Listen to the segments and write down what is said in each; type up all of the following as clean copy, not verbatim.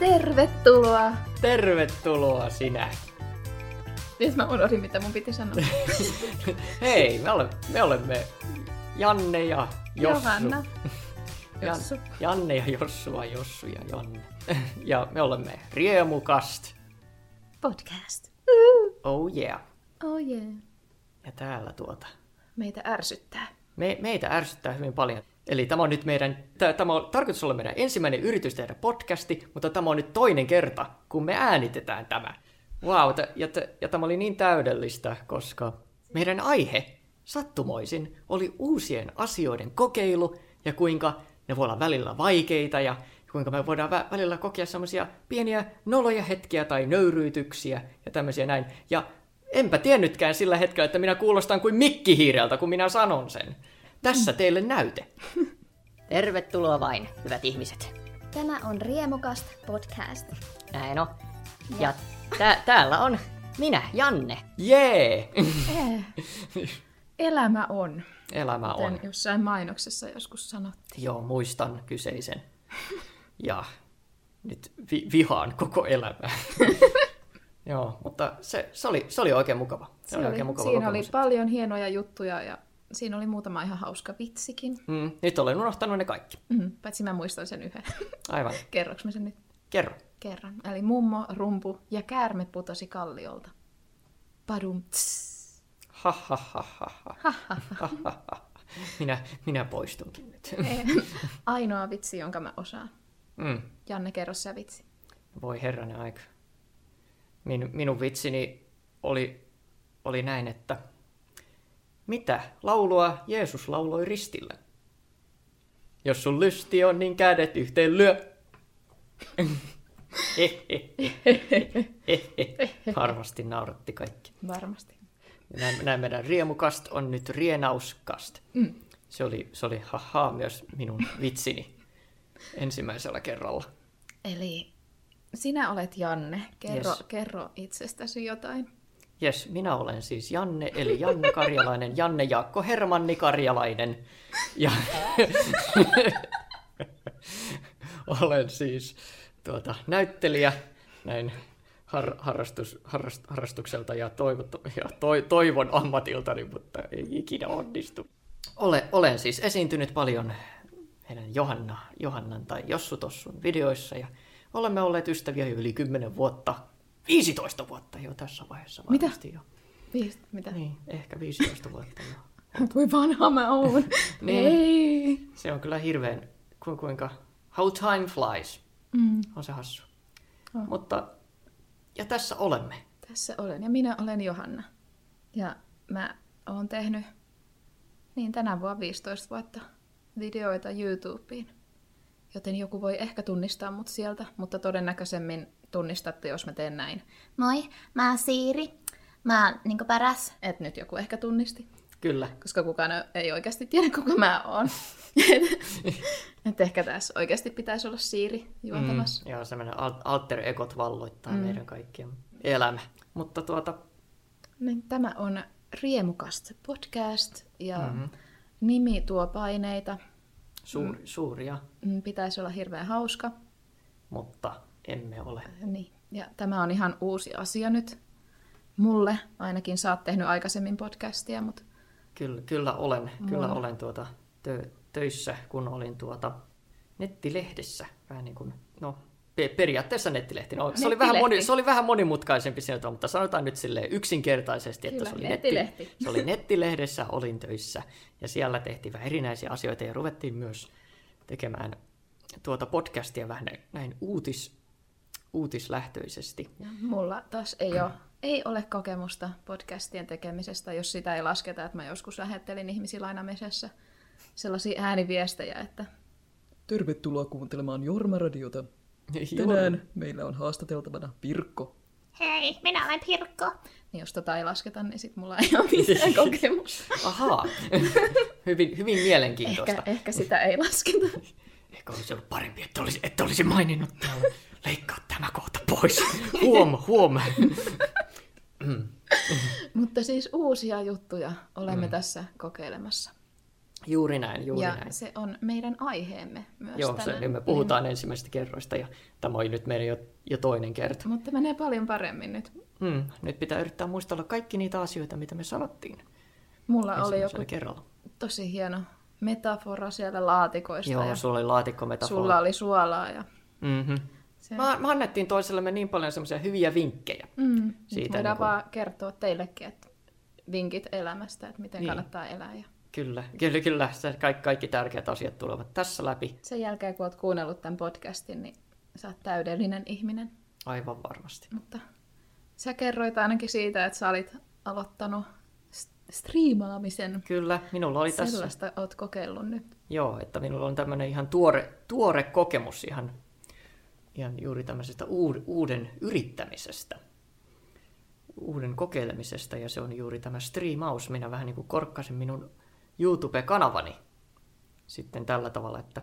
Tervetuloa! Tervetuloa sinä! Nyt mä unohdin, mitä mun piti sanoa. Hei, me olemme Janne ja Jossu. Johanna. Jossu. Janne ja Jossu vai Jossu ja Janne. Ja me olemme Riemukast. Podcast. Oh yeah. Oh yeah. Ja täällä Meitä ärsyttää. Meitä ärsyttää hyvin paljon. Eli tämä on nyt tämä on tarkoitus olla meidän ensimmäinen yritys tehdä podcasti, mutta tämä on nyt toinen kerta, kun me äänitetään tämä. Wow, ja tämä oli niin täydellistä, koska meidän aihe sattumoisin oli uusien asioiden kokeilu, ja kuinka ne voi olla välillä vaikeita, ja kuinka me voidaan välillä kokea semmoisia pieniä noloja hetkiä tai nöyryytyksiä, ja tämmöisiä näin. Ja enpä tiennytkään sillä hetkellä, että minä kuulostan kuin mikkihiireltä, kun minä sanon sen. Tässä teille näyte. Tervetuloa vain, hyvät ihmiset. Tämä on Riemukast podcast. Näin on. Ja täällä on minä, Janne. Jee! Elämä on. Elämä on. Kuten jossain mainoksessa joskus sanottiin. Joo, muistan kyseisen. Ja nyt vihaan koko elämää. Joo, mutta se oli oikein mukava. Siinä oli paljon hienoja juttuja ja siinä oli muutama ihan hauska vitsikin. Nyt olen unohtanut ne kaikki. Paitsi mä muistan sen yhden. Aivan. Kerroks mä sen nyt? Kerro. Kerran. Eli mummo, rumpu ja käärme putosi kalliolta. Padum tss. Minä poistunkin nyt. Ainoa vitsi, jonka mä osaan. Janne, kerro sä vitsi. Voi herranen aika. Minun vitsini oli näin, että mitä laulua Jeesus lauloi ristillä? Jos sun lysti on, niin kädet yhteen lyö. Varmasti nauratti kaikki. Varmasti. Näin meidän Riemukast on nyt Rienauskast. Se oli myös minun vitsini ensimmäisellä kerralla. Eli sinä olet Janne. Kerro itsestäsi jotain. Jes, minä olen siis Janne, eli Janne Karjalainen, Janne Jaakko Hermanni Karjalainen. Ja olen siis näyttelijä näin harrastukselta ja toivon ammatiltani, mutta ei ikinä onnistu. Olen siis esiintynyt paljon meidän Johannan tai Jossu Tossun videoissa ja olemme olleet ystäviä jo yli 10 vuotta. 15 vuotta jo tässä vaiheessa varmasti. Mitä? Jo. Mitä? Niin, ehkä 15 vuotta jo. Voi vanha mä oon. Niin. Ei. Se on kyllä hirveän, kuinka how time flies. On se hassu. Mutta, ja tässä olemme. Tässä olen, ja minä olen Johanna. Ja mä oon tehnyt tänä vuonna 15 vuotta videoita YouTubeen. Joten joku voi ehkä tunnistaa mut sieltä, mutta todennäköisemmin tunnistatte, jos mä teen näin. Moi, mä oon Siiri. Mä oon niinku paras. Et nyt joku ehkä tunnisti. Kyllä. Koska kukaan ei oikeasti tiedä, kuka mä oon. Et ehkä tässä oikeasti pitäisi olla Siiri juontamassa. Joo, semmoinen alter egot valloittaa meidän kaikkien elämä. Mutta niin, tämä on Riemukast podcast ja nimi tuo paineita. Suuria. Pitäisi olla hirveän hauska. Mutta emme ole. Niin. Ja tämä on ihan uusi asia nyt mulle. Ainakin sä oot tehnyt aikaisemmin podcastia, mutta Kyllä olen töissä, kun olin nettilehdessä. Vähän niin kuin, periaatteessa nettilehti. Se oli vähän monimutkaisempi sieltä, mutta sanotaan nyt silleen yksinkertaisesti, että se oli nettilehdessä, olin töissä. Ja siellä tehtiin vähän erinäisiä asioita ja ruvettiin myös tekemään podcastia vähän näin uutislähtöisesti. Ja mulla taas ei ole kokemusta podcastien tekemisestä, jos sitä ei lasketa, että mä joskus lähettelin ihmisillä aina mesessä sellaisia ääniviestejä, että tervetuloa kuuntelemaan Jorma-radiota. Tänään meillä on haastateltavana Pirkko. Hei, minä olen Pirkko. Niin jos tota ei lasketa, niin sit mulla ei ole mitään kokemusta. Ahaa, hyvin mielenkiintoista. Ehkä sitä ei lasketa. Ehkä olisi ollut parempi, että olisi maininnut täällä. Leikkaa tämä kohta pois. Huom. Mutta siis uusia juttuja olemme tässä kokeilemassa. Juuri näin, juuri ja näin. se on meidän aiheemme myös Joo, tänään. niin me puhutaan ensimmäisistä kerroista ja tämä oli nyt meidän jo toinen kerta. Mutta menee paljon paremmin nyt. Nyt pitää yrittää muistella kaikki niitä asioita, mitä me sanottiin Mulla oli ensimmäisellä joku kerralla. tosi hieno metafora siellä laatikoista. Joo, ja sulla oli laatikkometafora. sulla oli suolaa. Ja se... Me annettiin toisellemme niin paljon semmoisia hyviä vinkkejä. Siitä voidaan vaan kertoa teillekin, että vinkit elämästä, että miten kannattaa elää. Ja... Kyllä. Se kaikki tärkeät asiat tulevat tässä läpi. Sen jälkeen, kun olet kuunnellut tämän podcastin, niin sä oot täydellinen ihminen. Aivan varmasti. Mutta sä kerroit ainakin siitä, että sä olit aloittanut striimaamisen. Kyllä, minulla oli tässä. Sellaista oot kokeillut nyt. Joo, että minulla on tämmöinen ihan tuore kokemus ihan juuri tämmöisestä uuden yrittämisestä, uuden kokeilemisesta, ja se on juuri tämä striimaus. Minä vähän niin kuin korkkasin minun YouTube-kanavani sitten tällä tavalla, että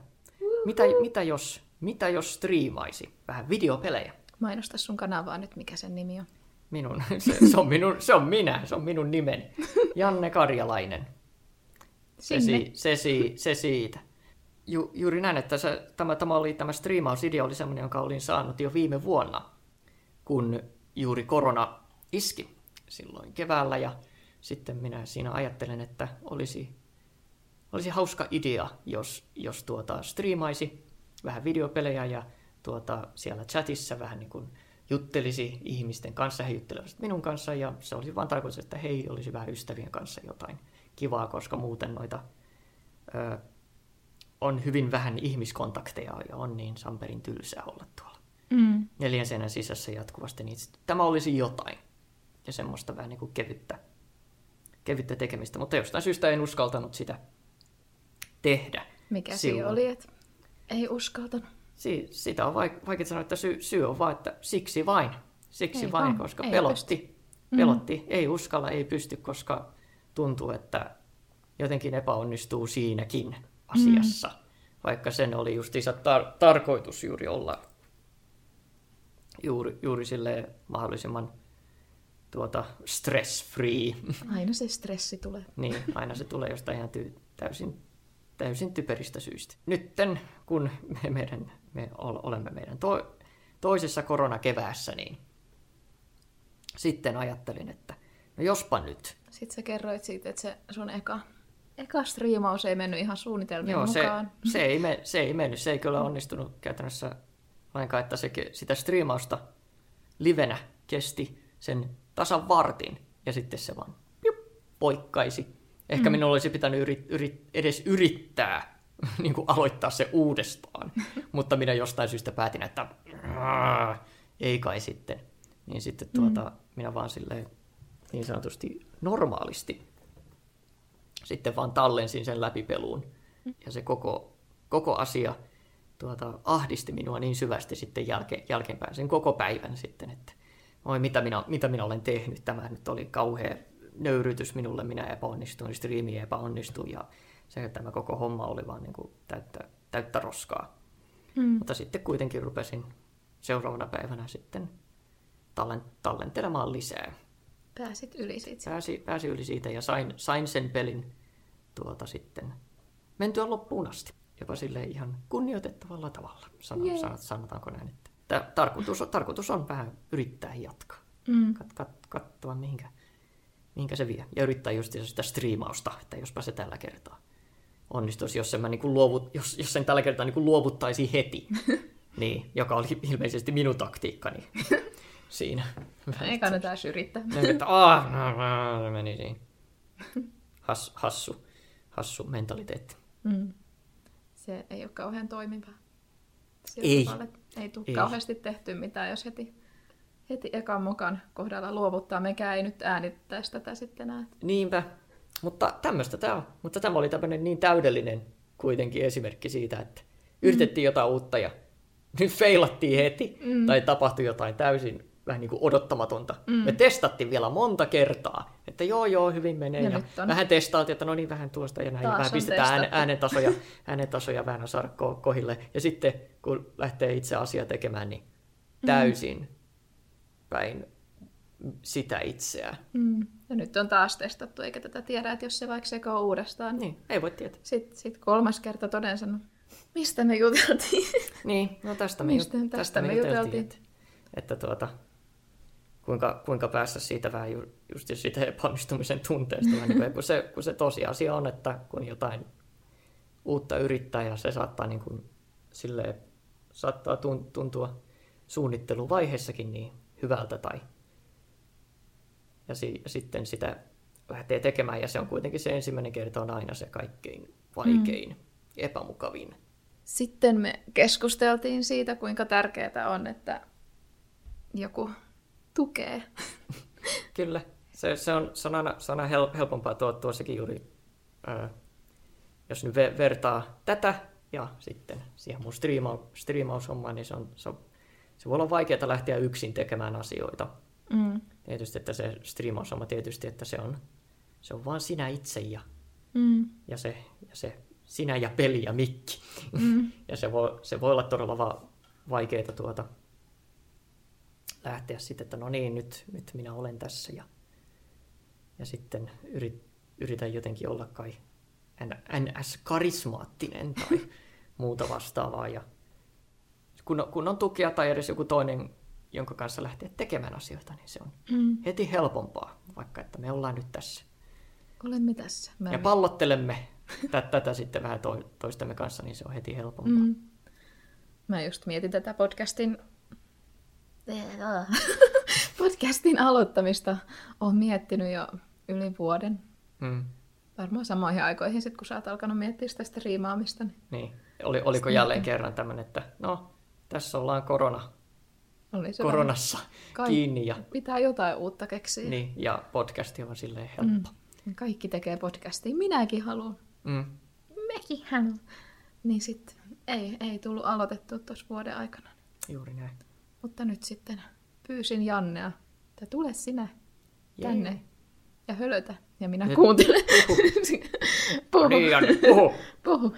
mitä jos striimaisi vähän videopelejä. Mainosta sun kanavaa nyt, mikä sen nimi on. Se on minun nimeni. Janne Karjalainen. Se siitä. Juuri näin, että tämä striimausidea oli sellainen, jonka olin saanut jo viime vuonna, kun juuri korona iski silloin keväällä, ja sitten minä siinä ajattelen, että olisi hauska idea, jos striimaisi vähän videopelejä ja siellä chatissa vähän niin kuin juttelisi ihmisten kanssa, he juttelevat minun kanssa, ja se olisi vain tarkoitus, että hei, olisi vähän ystävien kanssa jotain kivaa, koska muuten noita on hyvin vähän ihmiskontakteja ja on niin samperin tylsää olla tuolla 4 seinän sisässä jatkuvasti, niin tämä olisi jotain. Ja semmoista vähän niin kuin kevyttä tekemistä, mutta jostain syystä en uskaltanut sitä tehdä. Mikä syy oli, että ei uskaltanut? Sitä on vaikea sanoa, että syy on vaan, että siksi vain, koska pelotti, ei uskalla, ei pysty, koska tuntuu, että jotenkin epäonnistuu siinäkin asiassa, vaikka sen oli justiinsa tarkoitus juuri olla juuri silleen mahdollisimman stress-free. Aina se stressi tulee. Niin, aina se tulee jostain ihan täysin typeristä syistä. Nytten, kun me olemme meidän toisessa koronakeväässä, niin sitten ajattelin, että no jospa nyt. Sitten sä kerroit siitä, että se sun eka striimaus ei mennyt ihan suunnitelmien mukaan. Se ei mennyt. Se ei kyllä onnistunut käytännössä lainkaan, että sitä striimausta livenä kesti sen tasan vartin, ja sitten se vaan poikkaisi. Ehkä minun olisi pitänyt edes yrittää niin kuin aloittaa se uudestaan, mutta minä jostain syystä päätin, että ei kai sitten. Niin sitten minä vaan silleen niin sanotusti normaalisti sitten vaan tallensin sen läpipeluun. Ja se koko asia ahdisti minua niin syvästi sitten jälkeenpäin sen koko päivän sitten, että oi mitä minä olen tehnyt. Tämä nyt oli kauhea nöyrytys minulle, minä epäonnistuin, striimi epäonnistui ja tämä koko homma oli vaan niin kuin täyttä roskaa. Mutta sitten kuitenkin rupesin seuraavana päivänä sitten tallentelemaan lisää. Pääsit yli siitä. Pääsi yli siitä ja sain sen pelin sitten mentyä loppuun asti. Jopa silleen ihan kunnioitettavalla tavalla, sanotaanko näin. Että tarkoitus on vähän yrittää jatkaa. Katsoa, mihinkä se vie. Ja yrittää just sitä striimausta, että jospa se tällä kertaa onnistuisi, jos sen tällä kertaa niin kuin luovuttaisi heti. Niin, joka oli ilmeisesti minun taktiikkani siinä. Ei kannata yrittää. Meni siinä. Hassu mentaliteetti. Se ei ole kauhean toimiva. Ei tule kauheasti tehty mitään, jos heti ekan mokan kohdalla luovuttaa. Mekään ei nyt äänittäisi tätä sitten enää. Niinpä. Mutta tämmöistä tämä on. Mutta tämä oli tämmöinen niin täydellinen kuitenkin esimerkki siitä, että yritettiin jotain uutta ja nyt feilattiin heti. Tai tapahtui jotain täysin vähän niin kuin odottamatonta. Me testattiin vielä monta kertaa, että joo, hyvin menee. Ja vähän testailtiin, että no niin, vähän tuosta ja näin. Ja vähän pistetään äänentasoja vähän saada kohille. Ja sitten kun lähtee itse asiaa tekemään, niin täysin päin sitä itseään. Ja nyt on taas testattu, eikä tätä tiedä, että jos se vaikka sekoo uudestaan. Niin, ei voi tietää. Sitten 3. kerta toden sanoo, mistä me juteltiin? Niin, no tästä me juteltiin. Että kuinka päästä siitä vähän just siitä epäonnistumisen tunteesta. Niin kun se tosiasia on, että kun jotain uutta yrittää ja se saattaa, niin kuin, silleen, saattaa tuntua suunnitteluvaiheessakin niin hyvältä ja sitten sitä lähtee tekemään ja se on kuitenkin se ensimmäinen kerta on aina se kaikkein vaikein, epämukavin. Sitten me keskusteltiin siitä, kuinka tärkeää on, että joku tukee. Kyllä, se on aina helpompaa tuossakin juuri, jos nyt vertaa tätä ja sitten siihen mun striimaushommaan, niin se voi olla vaikeaa lähteä yksin tekemään asioita. Tietysti, että se striimaushomma tietysti, että se on vaan sinä itse ja se sinä ja peli ja mikki. Ja se voi olla todella vaikeaa lähteä sitten, että no niin, nyt minä olen tässä ja sitten yritän jotenkin olla kai NS-karismaattinen tai muuta vastaavaa. Ja kun on tukea tai edes joku toinen, jonka kanssa lähtee tekemään asioita, niin se on heti helpompaa, vaikka että me ollaan nyt tässä. Olemme tässä. Ja pallottelemme tätä sitten vähän toistemme kanssa, niin se on heti helpompaa. Mä just mietin tätä podcastin aloittamista. Olen miettinyt jo yli vuoden. Varmaan samoihin aikoihin, sit, kun sä oot alkanut miettiä sitä striimaamista. Niin. Oliko jälleen kerran tämmöinen, että no, tässä ollaan koronassa kiinni. Ja pitää jotain uutta keksiä. Niin, ja podcasti on silleen helppo. Kaikki tekee podcastia. Minäkin haluan. Mekin haluan. Niin sitten ei tullut aloitettua tuossa vuoden aikana. Juuri näin. Mutta nyt sitten pyysin Jannea, että tule sinä tänne ja hölötä. Ja minä kuuntelen. Puhu. Niin, Janne, puhu. Puhu.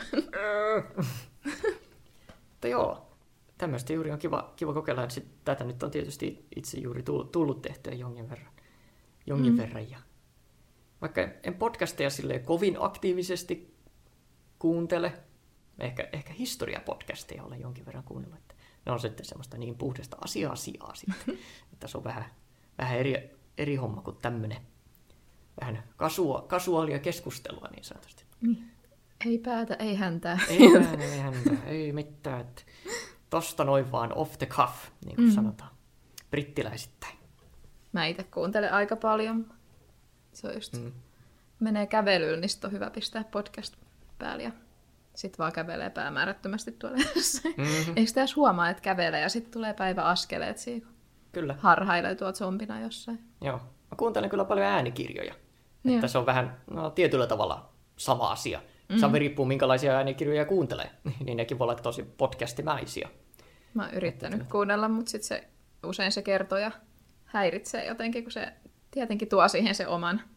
Mutta joo, tämmöistä juuri on kiva kokeilla. Tätä nyt on tietysti itse juuri tullut tehtyä jonkin verran. Ja vaikka en podcasteja silleen kovin aktiivisesti kuuntele, ehkä historiapodcasteja olen jonkin verran kuunnellut. Että ne on sitten semmoista niin puhdasta asiaa sitten, että se on vähän eri homma kuin tämmöinen vähän kasuaalia keskustelua niin sanotusti. Niin. Ei päätä, ei häntää. Ei häntää, ei mitään. Että tosta noin vaan off the cuff, niin kuin sanotaan brittiläisittäin. Mä itse kuuntelen aika paljon. Se on just, menee kävelyyn, niin sit on hyvä pistää podcast päälle ja sit vaan kävelee päämäärättömästi tuolla jossain. Eikö sitä edes huomaa, että kävelee ja sit tulee päiväaskeleet siinä, Kyllä. harhailee tuolla zombina jossain. Joo, mä kuuntelen kyllä paljon äänikirjoja. Että se on vähän tietyllä tavalla sama asia. Se riippuu minkälaisia äänikirjoja kuuntelee, niin nekin voi olla tosi podcastimäisiä. Mä oon yrittänyt kuunnella, mutta sit usein se kertoja häiritsee jotenkin, kun se tietenkin tuo siihen se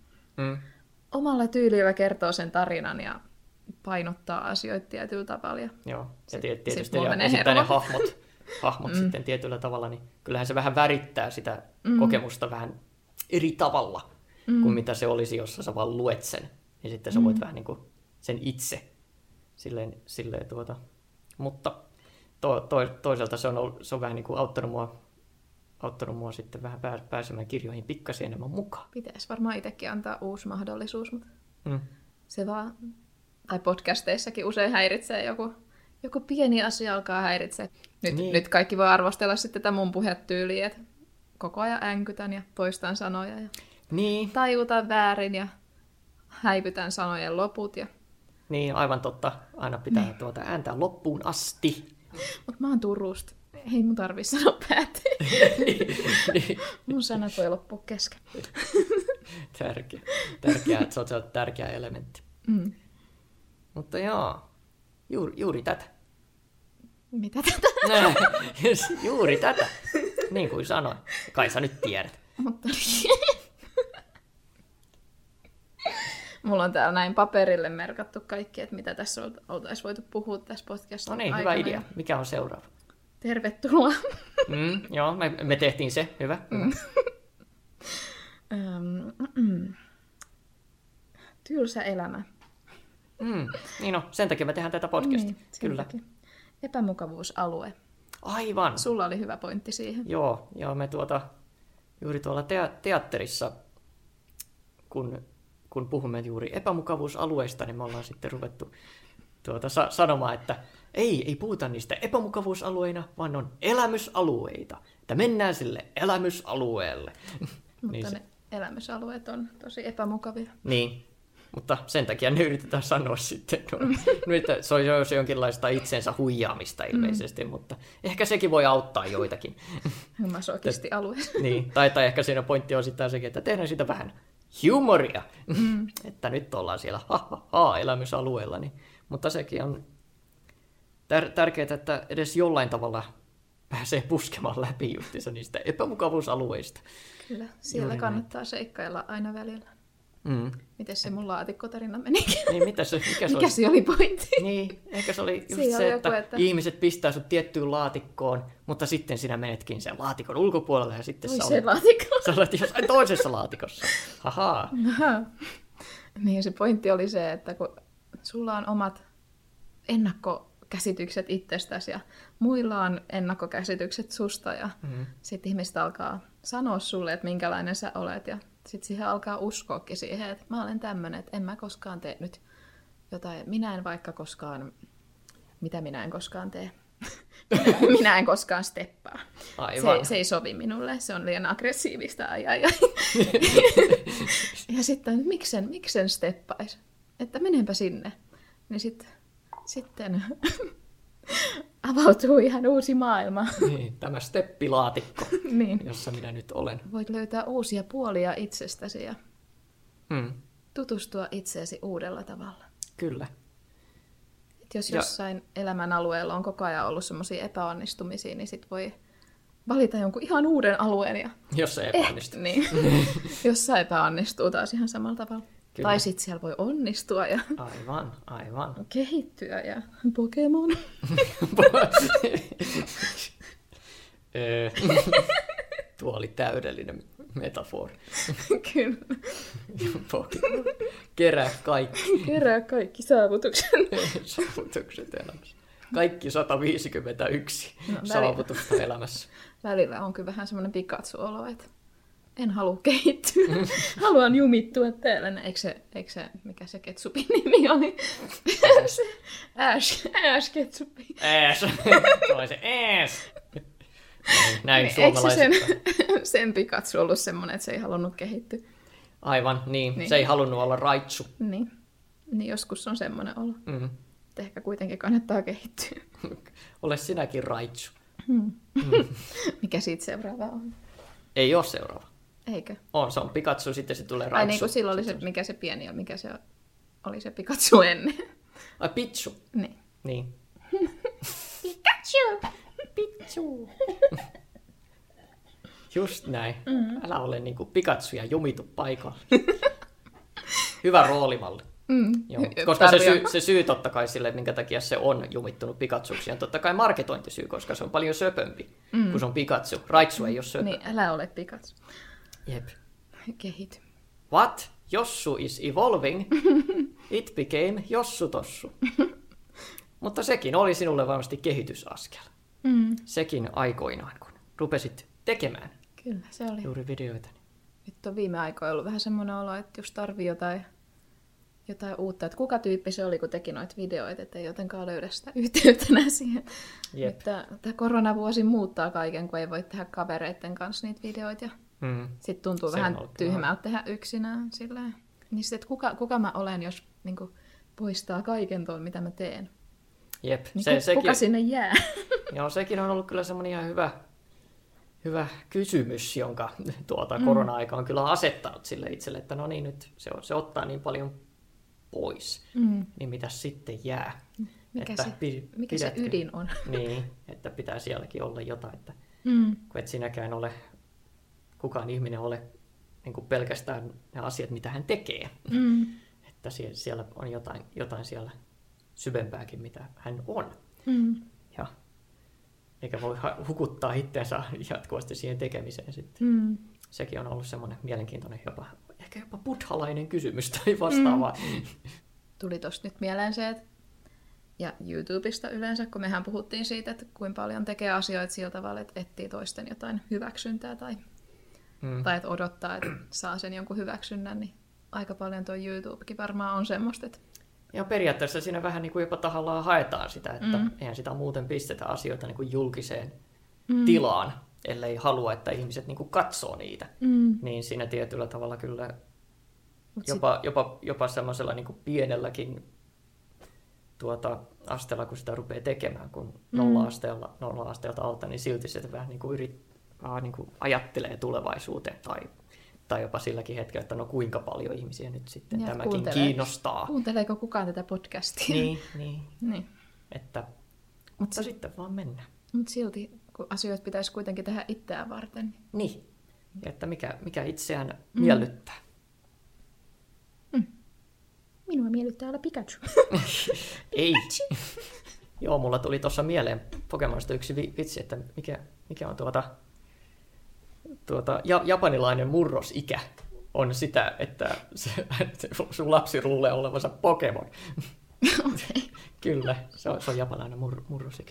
omalla tyylillä kertoo sen tarinan ja painottaa asioita tietyllä tavalla. Joo, ja tietysti ja sitten ne hahmot sitten tietyllä tavalla, niin kyllähän se vähän värittää sitä kokemusta vähän eri tavalla kuin mitä se olisi, jos sä vaan luet sen. Ja sitten sä voit vähän niin kuin sen itse silleen mutta toisaalta se on vähän niin kuin auttanut mua sitten vähän pääsemään kirjoihin pikkasen enemmän mukaan. Pitäisi varmaan itsekin antaa uusi mahdollisuus, mutta se vaan, tai podcasteissakin usein häiritsee joku pieni asia alkaa häiritseä. Nyt kaikki voi arvostella sitten tätä mun puhetyyliä, että koko ajan änkytän ja toistan sanoja ja tajutan väärin ja häivytän sanojen loput. Niin, aivan totta. Aina pitää ääntää loppuun asti. Mutta mä oon Turusta. Ei mun tarvii sanoa päätyy. niin. Mun sanat voi loppua kesken. Tärkeää, että se on tärkeä elementti. Mutta joo, juuri tätä. Mitä tätä? Juuri tätä, niin kuin sanoin. Kai sä nyt tiedät. Mutta mulla on täällä näin paperille merkattu kaikki, että mitä tässä oltaisiin voitu puhua tässä podcastissa. No niin, hyvä idea. Mikä on seuraava? Tervetuloa. Joo, me tehtiin se. Hyvä. Tylsä elämä. Niin no, sen takia me tehdään tätä podcastia. Niin, sen Kyllä. takia. Epämukavuusalue. Aivan. Sulla oli hyvä pointti siihen. Joo, me juuri tuolla teatterissa, kun puhumme juuri epämukavuusalueista, niin me ollaan sitten ruvettu sanomaan, että ei puhuta niistä epämukavuusalueina, vaan on elämysalueita. Että mennään sille elämysalueelle. Mutta ne elämysalueet on tosi epämukavia. Niin, mutta sen takia ne yritetään sanoa sitten. Nyt se on jonkinlaista itsensä huijaamista ilmeisesti, mutta ehkä sekin voi auttaa joitakin. Masokisti-alue. Niin, tai ehkä siinä pointti on sitten sekin, että tehdään siitä vähän humoria. Että nyt ollaan siellä elämysalueella. Niin. Mutta sekin on tärkeää, että edes jollain tavalla pääsee puskemaan läpi justiinsa niistä epämukavuusalueista. Kyllä, siellä juuri kannattaa seikkailla aina välillä. Miten se mun laatikkotarina meni? Niin, mikä se oli pointti? Niin, ehkä se oli just se, että ihmiset pistää sut tiettyyn laatikkoon, mutta sitten sinä menetkin sen laatikon ulkopuolelle ja sitten sä olet jossain toisessa laatikossa. Haha. Niin, se pointti oli se, että kun sulla on omat ennakkokäsitykset itsestäsi ja muilla on ennakkokäsitykset susta ja sitten ihmiset alkaa sanoa sulle, että minkälainen sä olet ja sitten siihen alkaa uskoakin siihen, että mä olen tämmöinen, että en mä koskaan tee nyt jotain. Minä en vaikka koskaan, mitä minä en koskaan tee? Minä en koskaan steppaa. Se ei sovi minulle, se on liian aggressiivista. Ja sitten, miksen steppaisi? Että menenpä sinne. Niin sitten avautuu ihan uusi maailma. Niin, tämä steppilaatikko, niin. Jossa minä nyt olen. Voit löytää uusia puolia itsestäsi ja tutustua itseesi uudella tavalla. Kyllä. Et jos jossain elämän alueella on koko ajan ollut semmoisia epäonnistumisia, niin sit voi valita jonkun ihan uuden alueen. Ja jos se epäonnistuu. Niin. Jossa epäonnistuu taas ihan samalla tavalla. Kyllä. Tai sitten siellä voi onnistua ja aivan. Kehittyä ja Pokemon. Tuo oli täydellinen metafori. Kyllä. Pokemon. Kerää kaikki saavutukset elämässä. Kaikki 151 saavutusta elämässä. Välillä on kyllä vähän semmoinen Pikachu-olo, että en halua kehittyä. Haluan jumittua täällä. Eikö se mikä se ketsupin nimi oli? Ash ketsupi. Ash. Se oli se Ash. Näin suomalaiset. Eikö sen Pikachu ollut semmoinen, että se ei halunnut kehittyä? Aivan, niin. Se ei halunnut olla Raichu. Niin joskus on semmoinen olo. Ehkä kuitenkin kannattaa kehittyä. Ole sinäkin Raichu. Mikä siitä seuraava on? Ei ole seuraava. Eikö? Se on Pikachu, sitten se tulee Raichu. Ai niin kuin silloin oli se, mikä se pieni on, mikä se oli se Pikachu ennen. Ai Pichu. Niin. Pikachu. Just näin. Älä ole niin kuin Pikachu ja jumitu paikalla. Hyvä roolimalli. Joo. Koska se syy totta kai sille, minkä takia se on jumittunut Pikachuksi, on totta kai marketointisyy, koska se on paljon söpömpi, kun se on Pikachu. Raichu ei ole söpö. Niin, älä ole Pikachu. Jep. Kehity. What? Jossu is evolving. It became Jossutossu. Mutta sekin oli sinulle varmasti kehitysaskel. Sekin aikoinaan, kun rupesit tekemään. Kyllä, se oli. Juuri videoita. Nyt on viime aikoina ollut vähän semmoinen olo, että jos tarvii jotain uutta. Että kuka tyyppi se oli, kun teki noita videoita, ettei jotenkaan löydä sitä yhteyttä siihen. Nyt tämä koronavuosi muuttaa kaiken, kun ei voi tehdä kavereiden kanssa niitä videoita. Ja sitten tuntuu se vähän tyhmältä tehdä yksinään. Silleen. Niin sitten, että kuka mä olen, jos niin kuin, poistaa kaiken tuon, mitä mä teen. Jep. Niin kuka sinne jää? Joo, sekin on ollut kyllä semmoinen ihan hyvä kysymys, jonka korona-aika on kyllä asettanut sille itselle, että no niin, nyt se ottaa niin paljon pois, niin mitä sitten jää? Mikä se ydin on? Niin, että pitää sielläkin olla jotain, että kun et sinäkään ole, kukaan ihminen ole niin kuin pelkästään ne asiat, mitä hän tekee. Että siellä on jotain siellä syvempääkin, mitä hän on. Ja eikä voi hukuttaa itseänsä jatkuvasti siihen tekemiseen sitten. sekin on ollut semmoinen mielenkiintoinen ehkä jopa buddhalainen kysymys tai vastaavaa. Tuli tosta nyt mieleen se, että ja YouTubesta yleensä, kun mehän puhuttiin siitä, että kuinka paljon tekee asioita sillä tavalla, että etsii toisten jotain hyväksyntää tai että odottaa, että saa sen jonkun hyväksynnän, niin aika paljon tuo YouTubekin varmaan on semmoista, että ja periaatteessa siinä vähän niin kuin jopa tahallaan haetaan sitä, että eihän sitä muuten pistetä asioita niin kuin julkiseen tilaan, ellei halua, että ihmiset niin kuin katsoo niitä. Niin siinä tietyllä tavalla kyllä jopa semmoisella niin kuin pienelläkin asteella, kun sitä rupeaa tekemään, kun nolla-asteelta alta, niin silti se vähän niin kuin niin kuin ajattelee tulevaisuuteen tai jopa silläkin hetkellä, että no kuinka paljon ihmisiä nyt sitten ja tämäkin kiinnostaa. Kuunteleeko kukaan tätä podcastia? Niin. Mutta sitten vaan mennään. Mutta silti, kun asioita pitäisi kuitenkin tehdä itseään varten. Niin, että mikä itseään miellyttää. Minua miellyttää olla Pikachu. Ei. Joo, mulla tuli tuossa mieleen Pokemonista yksi vitsi, että mikä on japanilainen murrosikä on sitä, että sun lapsi luulee olevansa Pokemon. Okay. Kyllä, se on japanilainen murrosikä.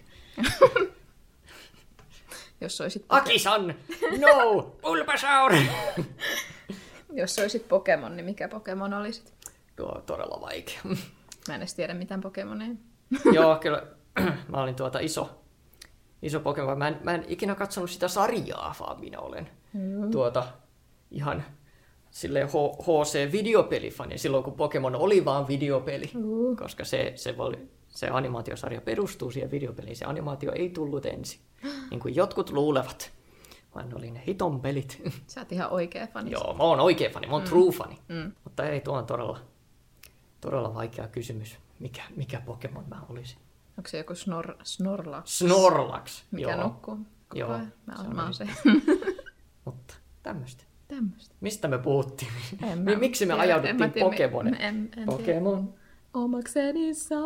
Jos olisit Aki-san! No! Bulbasaur! Jos olisit Pokemon, niin mikä Pokemon olisit? Tuo on todella vaikea. Mä en edes tiedä mitään Pokemoneja. Joo, kyllä. Mä olin iso Pokemon. Mä en ikinä katsonut sitä sarjaa, vaan minä olen ihan silleen HC-videopelifani silloin, kun Pokemon oli vaan videopeli. Koska se animaatiosarja perustuu siihen videopeliin. Se animaatio ei tullut ensin, niin kuin jotkut luulevat. Vaan oli ne hiton pelit. Sä oot ihan oikea fani. Joo, mä oon oikea fani, mä oon true fani. Mutta ei, tuo on todella vaikea kysymys. Mikä Pokemon mä olisin? Onko se joku Snorlax? Snorlax, mikä joo. nukkuu koko Joo, ajan? Mä oon se. Mutta tämmöistä. Tämmöistä. Mistä me puhuttiin? Miksi me tiedä, ajauduttiin Pokemoneen? En Pokemon. Omakseni saa.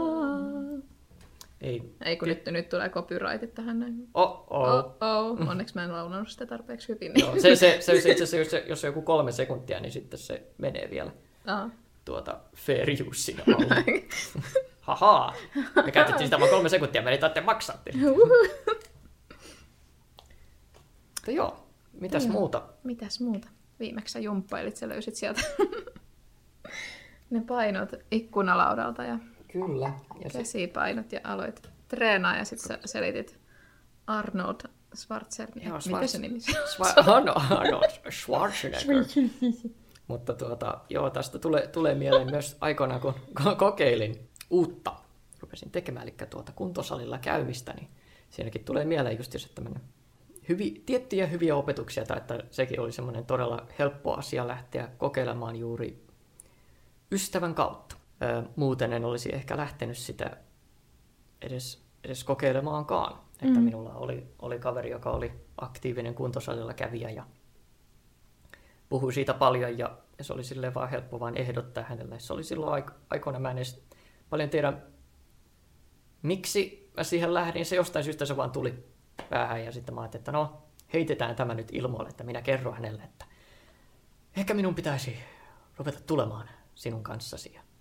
Ei kun nyt tulee copyrightit tähän näin. Onneksi mä en laulannut sitä tarpeeksi hyvin. Joo, se itse asiassa, jos on joku 3 sekuntia, niin sitten se menee vielä fair use siinä alla. Hahaa, me käytettiin sitä vain 3 sekuntia, me ei tarvitse maksaa. Mutta joo, mitäs muuta? Viimeksi sä jumppailit, sä löysit sieltä ne painot ikkunalaudalta ja kyllä. Ja käsipainot ja aloit treenaa ja sitten sä selitit Arnold Schwarzenegger. Mikä se nimi on? Arnold Schwarzenegger. Mutta tästä tulee mieleen myös aikoinaan, kun kokeilin uutta. Rupesin tekemään, eli kuntosalilla käymistä, niin siinäkin tulee mieleen just jos tämmöinen tiettyjä hyviä opetuksia, tai että sekin oli semmoinen todella helppo asia lähteä kokeilemaan juuri ystävän kautta. Muuten en olisi ehkä lähtenyt sitä edes kokeilemaankaan. Että minulla oli kaveri, joka oli aktiivinen kuntosalilla kävijä ja puhui siitä paljon ja se oli silleen vaan helppo vaan ehdottaa hänelle. Se oli silloin aikoina, mä en edes paljon tiedä miksi mä siihen lähdin. Se jostain syystä se vaan tuli päähän ja sitten mä ajattelin, että no heitetään tämä nyt ilmoille, että minä kerron hänelle, että ehkä minun pitäisi ruveta tulemaan sinun kanssasi. Ja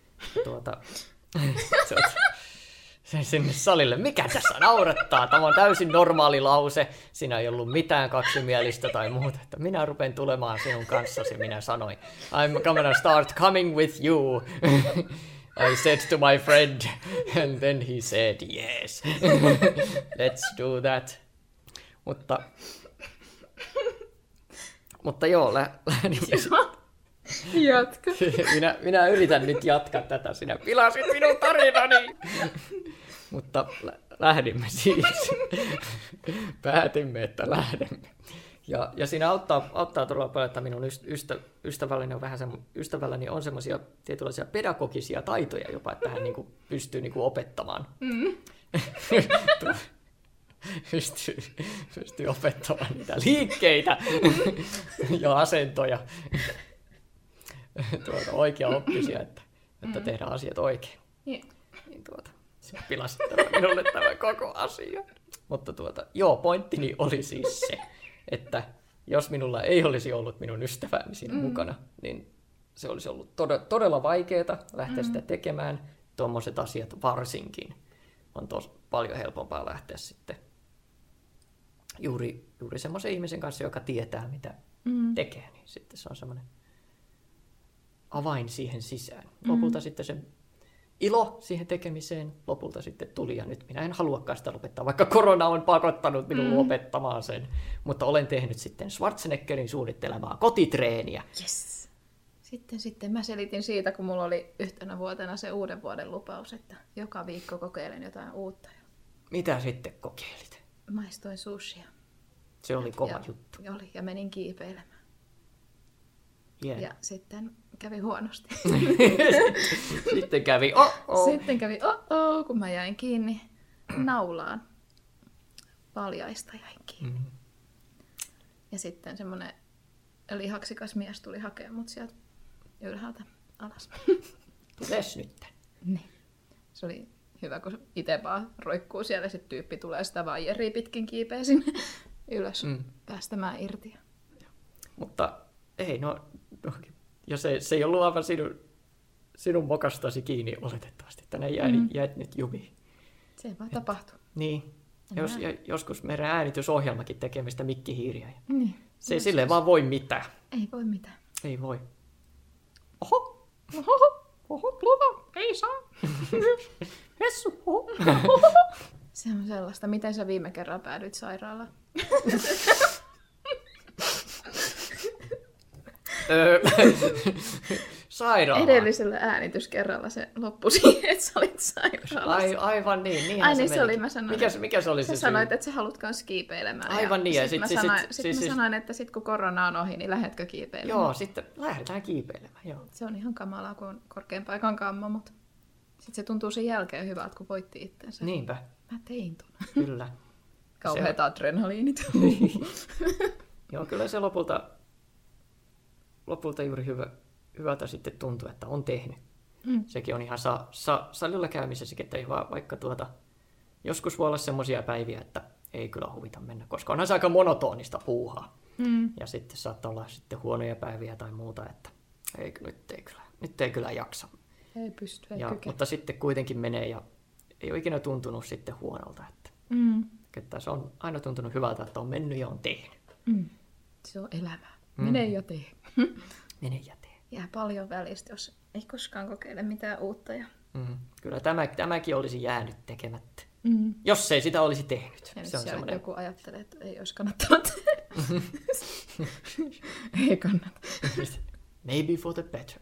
sinne salille. Mikä tässä naurattaa? Tämä on täysin normaali lause. Siinä ei ollut mitään kaksimielistä tai muuta. Että minä rupean tulemaan sinun kanssasi, minä sanoin. I'm gonna start coming with you. I said to my friend. And then he said yes. Let's do that. Mutta joo, lähdimme Jatka. Minä yritän nyt jatkaa tätä. Sinä pilasit minun tarinani. Mutta lähdimme siis. Päätimme, että lähdemme. Ja siinä auttaa todella paljon, että minun ystävälläni on semmoisia tietynlaisia pedagogisia taitoja jopa, että hän niinku pystyy niinku opettamaan. Pystyy opettamaan niitä liikkeitä ja asentoja. Oikea oppisia, että tehdään asiat oikein. Yeah. Niin sinä pilasit minulle tämä koko asia. Mutta pointtini oli siis se, että jos minulla ei olisi ollut minun ystävääni siinä mukana, niin se olisi ollut todella vaikeaa lähteä sitä tekemään. Tuommoiset asiat varsinkin on paljon helpompaa lähteä sitten juuri semmoisen ihmisen kanssa, joka tietää, mitä tekee. Niin sitten se on semmoinen avain siihen sisään. Lopulta sitten se ilo siihen tekemiseen lopulta sitten tuli, ja nyt minä en haluakaan sitä lopettaa, vaikka korona on pakottanut minun lopettamaan sen. Mutta olen tehnyt sitten Schwarzeneggerin suunnittelemaa kotitreeniä. Yes. Sitten mä selitin siitä, kun mulla oli yhtenä vuotena se uuden vuoden lupaus, että joka viikko kokeilen jotain uutta. Mitä sitten kokeilit? Maistoin sushia. Se oli kova juttu. Oli, ja menin kiipeilemään. Hieno. Ja sitten kävi huonosti. Sitten kävi Sitten kävi kun mä jäin kiinni naulaan. Paljaista jäin kiinni. Ja sitten semmoinen lihaksikas mies tuli hakemaan mut sieltä ylhäältä alas. Tules nyt. Niin. Se oli hyvä, kun itse vaan roikkuu siellä ja sitten tyyppi tulee sitä vaijeria pitkin kiipeä sinne ylös päästämään irti. Mutta ei, jos se ei ollut aivan sinun mokastasi kiinni oletettavasti. Tänään jäät nyt jumiin. Se vaan tapahtuu. Niin. Joskus meidän äänitysohjelmakin tekee mistä mikkihiiriä. Niin. Se ei silleen vaan voi mitään. Ei voi mitään. Ei voi. Luva, ei saa. Hessu. Se on sellaista. Miten sä viime kerralla päädyit sairaalaan? Sairaala. Edellisellä äänityskerralla se loppui siihen, että sä olit sairaalassa. Aivan niin. Ai niin se oli, mä sanoin. Mikä se oli se syy? Sä sanoit, että sä haluat kans kiipeilemään. Aivan niin. Sitten mä sanoin, että sit kun korona on ohi, niin lähdetkö kiipeilemään? Joo, sitten lähdetään kiipeilemään. Joo. Se on ihan kamalaa, kun on korkean paikan kammo, mutta sitten se tuntuu sen jälkeen hyvältä, kun voitti itsensä. Niinpä. Mä tein tuon. Kyllä. Kauheat adrenaliinit. Joo, kyllä se lopulta juuri hyvältä sitten tuntuu, että on tehnyt. Sekin on ihan salilla käymisessäkin, että ei vaikka joskus voi olla semmoisia päiviä, että ei kyllä huvita mennä, koska onhan se aika monotonista puuhaa. Ja sitten saattaa olla sitten huonoja päiviä tai muuta, että nyt ei kyllä jaksa. Ei pysty, ei mutta sitten kuitenkin menee ja ei ole ikinä tuntunut sitten huonolta. Että se on aina tuntunut hyvältä, että on mennyt ja on tehnyt. Se on elämää. Mene ja tee. Mene ja tee. Jää paljon välistä, jos ei koskaan kokeile mitään uutta. Kyllä tämäkin olisi jäänyt tekemättä, jos ei sitä olisi tehnyt. Ja se on semmoinen. Joku ajattelee, että ei olisi kannattanut tehdä. Ei kannata. Maybe for the better.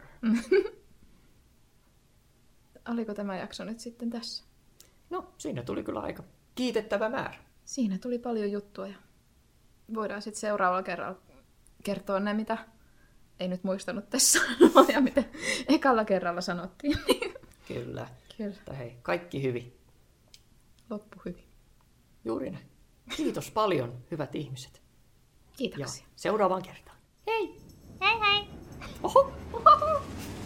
Oliko tämä jakso nyt sitten tässä? No, siinä tuli kyllä aika kiitettävä määrä. Siinä tuli paljon juttua ja voidaan sitten seuraavalla kerralla kertoa ne, mitä ei nyt muistanut tässä sanoa ja mitä ekalla kerralla sanottiin. Kyllä. Mutta hei, kaikki hyvin. Loppu hyvin. Juuri näin. Kiitos paljon, hyvät ihmiset. Kiitoksia. Ja seuraavaan kertaan. Hei hei! Oho.